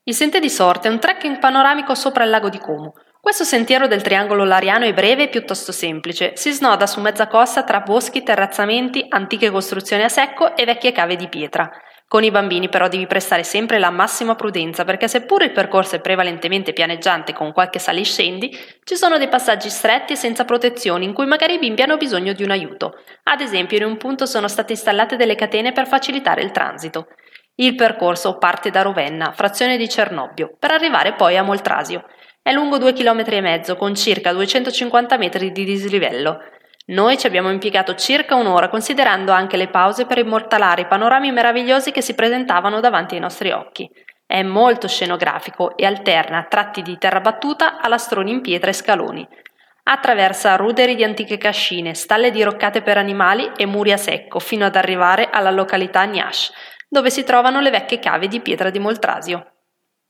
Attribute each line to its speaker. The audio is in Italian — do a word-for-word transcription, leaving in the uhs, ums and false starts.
Speaker 1: Il Sentier di Sorte è un trekking panoramico sopra il lago di Como. Questo sentiero del triangolo lariano è breve e piuttosto semplice. Si snoda su mezza costa tra boschi, terrazzamenti, antiche costruzioni a secco e vecchie cave di pietra. Con i bambini però devi prestare sempre la massima prudenza perché seppure il percorso è prevalentemente pianeggiante con qualche saliscendi, ci sono dei passaggi stretti e senza protezioni in cui magari i bimbi hanno bisogno di un aiuto. Ad esempio in un punto sono state installate delle catene per facilitare il transito. Il percorso parte da Rovenna, frazione di Cernobbio, per arrivare poi a Moltrasio. È lungo due chilometri e mezzo con circa duecentocinquanta metri di dislivello. Noi ci abbiamo impiegato circa un'ora considerando anche le pause per immortalare i panorami meravigliosi che si presentavano davanti ai nostri occhi. È molto scenografico e alterna tratti di terra battuta a lastroni in pietra e scaloni. Attraversa ruderi di antiche cascine, stalle diroccate per animali e muri a secco fino ad arrivare alla località Gnash, dove si trovano le vecchie cave di pietra di Moltrasio.